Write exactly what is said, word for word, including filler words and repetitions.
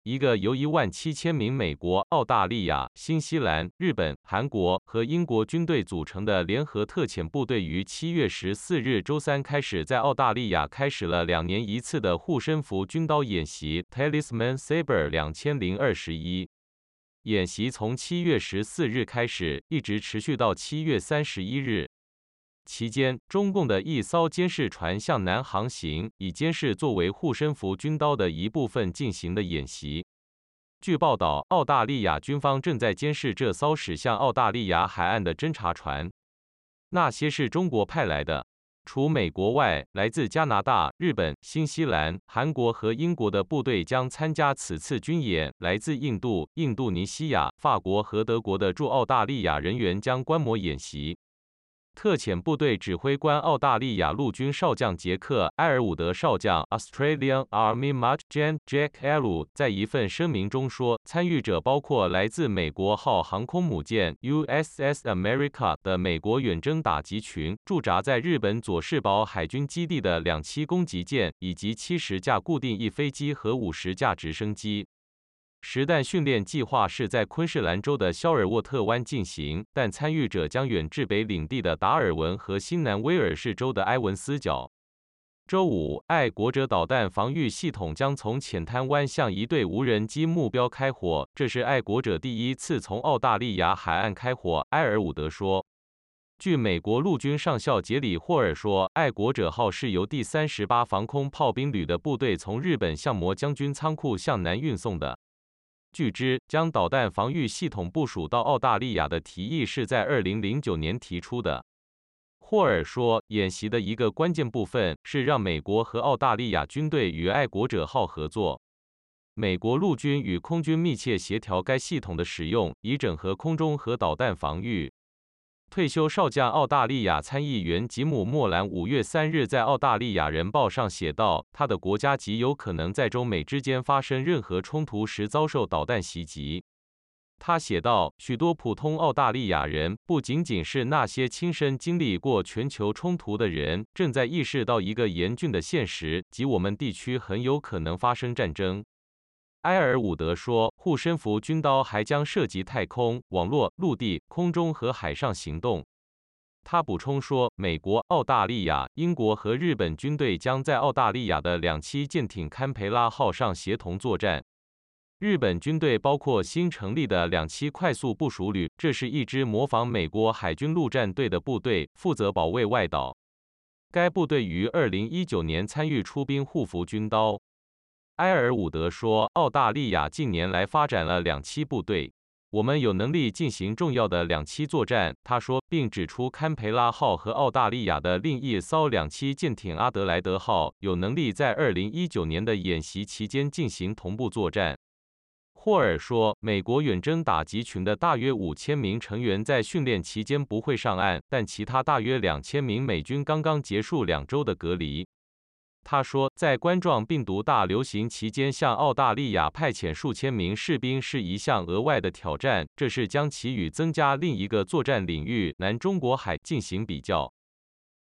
一个由一万七千名美国、澳大利亚、新西兰、日本、韩国和英国军队组成的联合特遣部队于七月十四日周三开始在澳大利亚开始了两年一次的护身符军刀演习 Talisman Sabre 两千零二十一。演习从七月十四日开始，一直持续到七月三十一日。期间，中共的一艘监视船向南航行，以监视作为护身符军刀的一部分进行的演习。据报道，澳大利亚军方正在监视这艘驶向澳大利亚海岸的侦察船。那些是中国派来的。除美国外，来自加拿大、日本、新西兰、韩国和英国的部队将参加此次军演。来自印度、印度尼西亚、法国和德国的驻澳大利亚人员将观摩演习。特遣部队指挥官澳大利亚陆军少将杰克·埃尔伍德少将 （Australian Army Maj. Gen. Jack L.） 在一份声明中说，参与者包括来自美国号航空母舰 U S S America 的美国远征打击群，驻扎在日本佐世保海军基地的两栖攻击舰，以及七十架固定翼飞机和五十架直升机。实弹训练计划是在昆士兰州的肖尔沃特湾进行，但参与者将远至北领地的达尔文和新南威尔士州的埃文斯角。周五，爱国者导弹防御系统将从浅滩湾向一对无人机目标开火，这是爱国者第一次从澳大利亚海岸开火，埃尔伍德说。据美国陆军上校杰里·霍尔说，爱国者号是由第三十八防空炮兵旅的部队从日本相模将军仓库向南运送的。据知，将导弹防御系统部署到澳大利亚的提议是在二零零九年提出的。霍尔说，演习的一个关键部分是让美国和澳大利亚军队与爱国者号合作。美国陆军与空军密切协调该系统的使用，以整合空中和导弹防御。退休少将澳大利亚参议员吉姆·莫兰五月三日在《澳大利亚人报》上写道，他的国家极有可能在中美之间发生任何冲突时遭受导弹袭击。他写道，许多普通澳大利亚人，不仅仅是那些亲身经历过全球冲突的人，正在意识到一个严峻的现实，即我们地区很有可能发生战争。埃尔伍德说，护身符军刀还将涉及太空、网络、陆地、空中和海上行动。他补充说，美国、澳大利亚、英国和日本军队将在澳大利亚的两栖舰艇堪培拉号上协同作战。日本军队包括新成立的两栖快速部署旅，这是一支模仿美国海军陆战队的部队，负责保卫外岛。该部队于二零一九年参与出兵护符军刀。埃尔伍德说，澳大利亚近年来发展了两栖部队，我们有能力进行重要的两栖作战，他说，并指出堪培拉号和澳大利亚的另一艘两栖舰艇阿德莱德号有能力在二零一九年的演习期间进行同步作战。霍尔说，美国远征打击群的大约五千名成员在训练期间不会上岸，但其他大约两千名美军刚刚结束两周的隔离。他说，在冠状病毒大流行期间向澳大利亚派遣数千名士兵是一项额外的挑战，这是将其与增加另一个作战领域南中国海进行比较。